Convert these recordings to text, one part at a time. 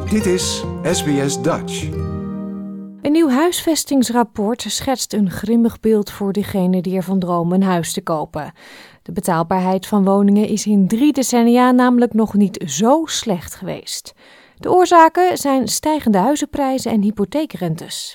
Dit is SBS Dutch. Een nieuw huisvestingsrapport schetst een grimmig beeld voor diegenen die ervan dromen een huis te kopen. De betaalbaarheid van woningen is in 3 decennia namelijk nog niet zo slecht geweest. De oorzaken zijn stijgende huizenprijzen en hypotheekrentes.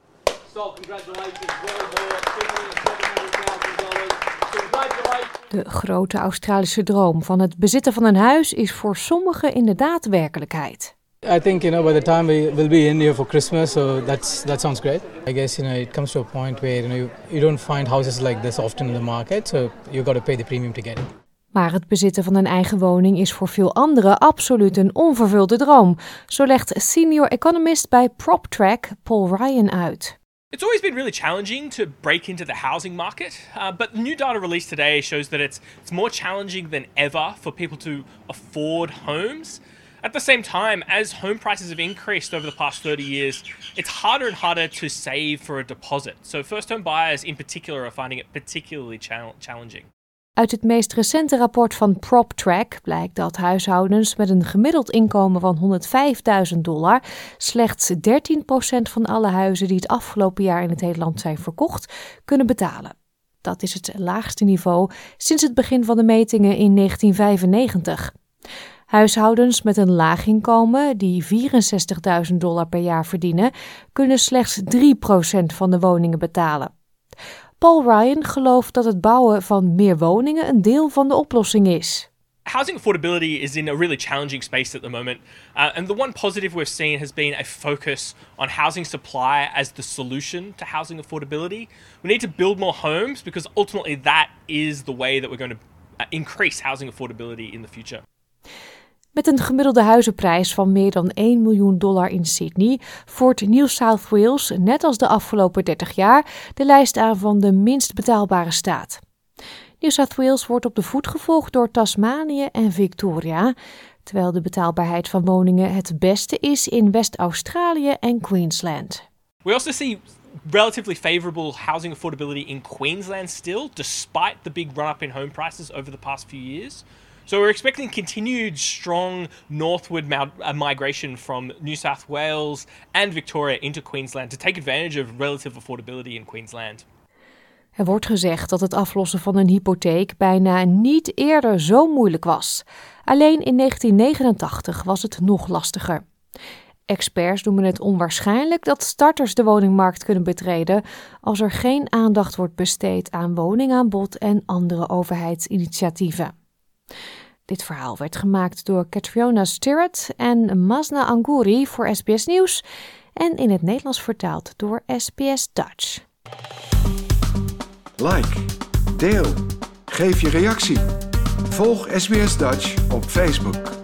De grote Australische droom van het bezitten van een huis is voor sommigen inderdaad werkelijkheid. I think by the time we will be in here for Christmas, so that sounds great. I guess it comes to a point where you don't find houses like this often in the market, so you got to pay the premium to get it. Maar het bezitten van een eigen woning is voor veel anderen absoluut een onvervulde droom. Zo legt senior economist bij PropTrack Paul Ryan uit. It's always been really challenging to break into the housing market, but new data released today shows that it's more challenging than ever for people to afford homes. At the same time, as home prices have increased over the past 30 years, it's harder and harder to save for a deposit. So first-home buyers in particular are finding it particularly challenging. Uit het meest recente rapport van PropTrack blijkt dat huishoudens met een gemiddeld inkomen van $105.000 slechts 13% van alle huizen die het afgelopen jaar in het hele land zijn verkocht, kunnen betalen. Dat is het laagste niveau sinds het begin van de metingen in 1995. Huishoudens met een laag inkomen, die $64.000 per jaar verdienen, kunnen slechts 3% van de woningen betalen. Paul Ryan gelooft dat het bouwen van meer woningen een deel van de oplossing is. Housing affordability is in a really challenging space at the moment. And the one positive we've seen has been a focus on housing supply as the solution to housing affordability. We need to build more homes because ultimately that is the way that we're going to increase housing affordability in the future. Met een gemiddelde huizenprijs van meer dan $1 miljoen in Sydney voert New South Wales, net als de afgelopen 30 jaar, de lijst aan van de minst betaalbare staat. New South Wales wordt op de voet gevolgd door Tasmanië en Victoria, terwijl de betaalbaarheid van woningen het beste is in West-Australië en Queensland. We also see relatively favourable housing affordability in Queensland still, despite the big run-up in home prices over the past few years. So we're expecting continued strong northward migration from New South Wales and Victoria into Queensland to take advantage of relative affordability in Queensland. Er wordt gezegd dat het aflossen van een hypotheek bijna niet eerder zo moeilijk was. Alleen in 1989 was het nog lastiger. Experts noemen het onwaarschijnlijk dat starters de woningmarkt kunnen betreden als er geen aandacht wordt besteed aan woningaanbod en andere overheidsinitiatieven. Dit verhaal werd gemaakt door Catriona Stirrett en Masna Angouri voor SBS Nieuws en in het Nederlands vertaald door SBS Dutch. Like, deel, geef je reactie. Volg SBS Dutch op Facebook.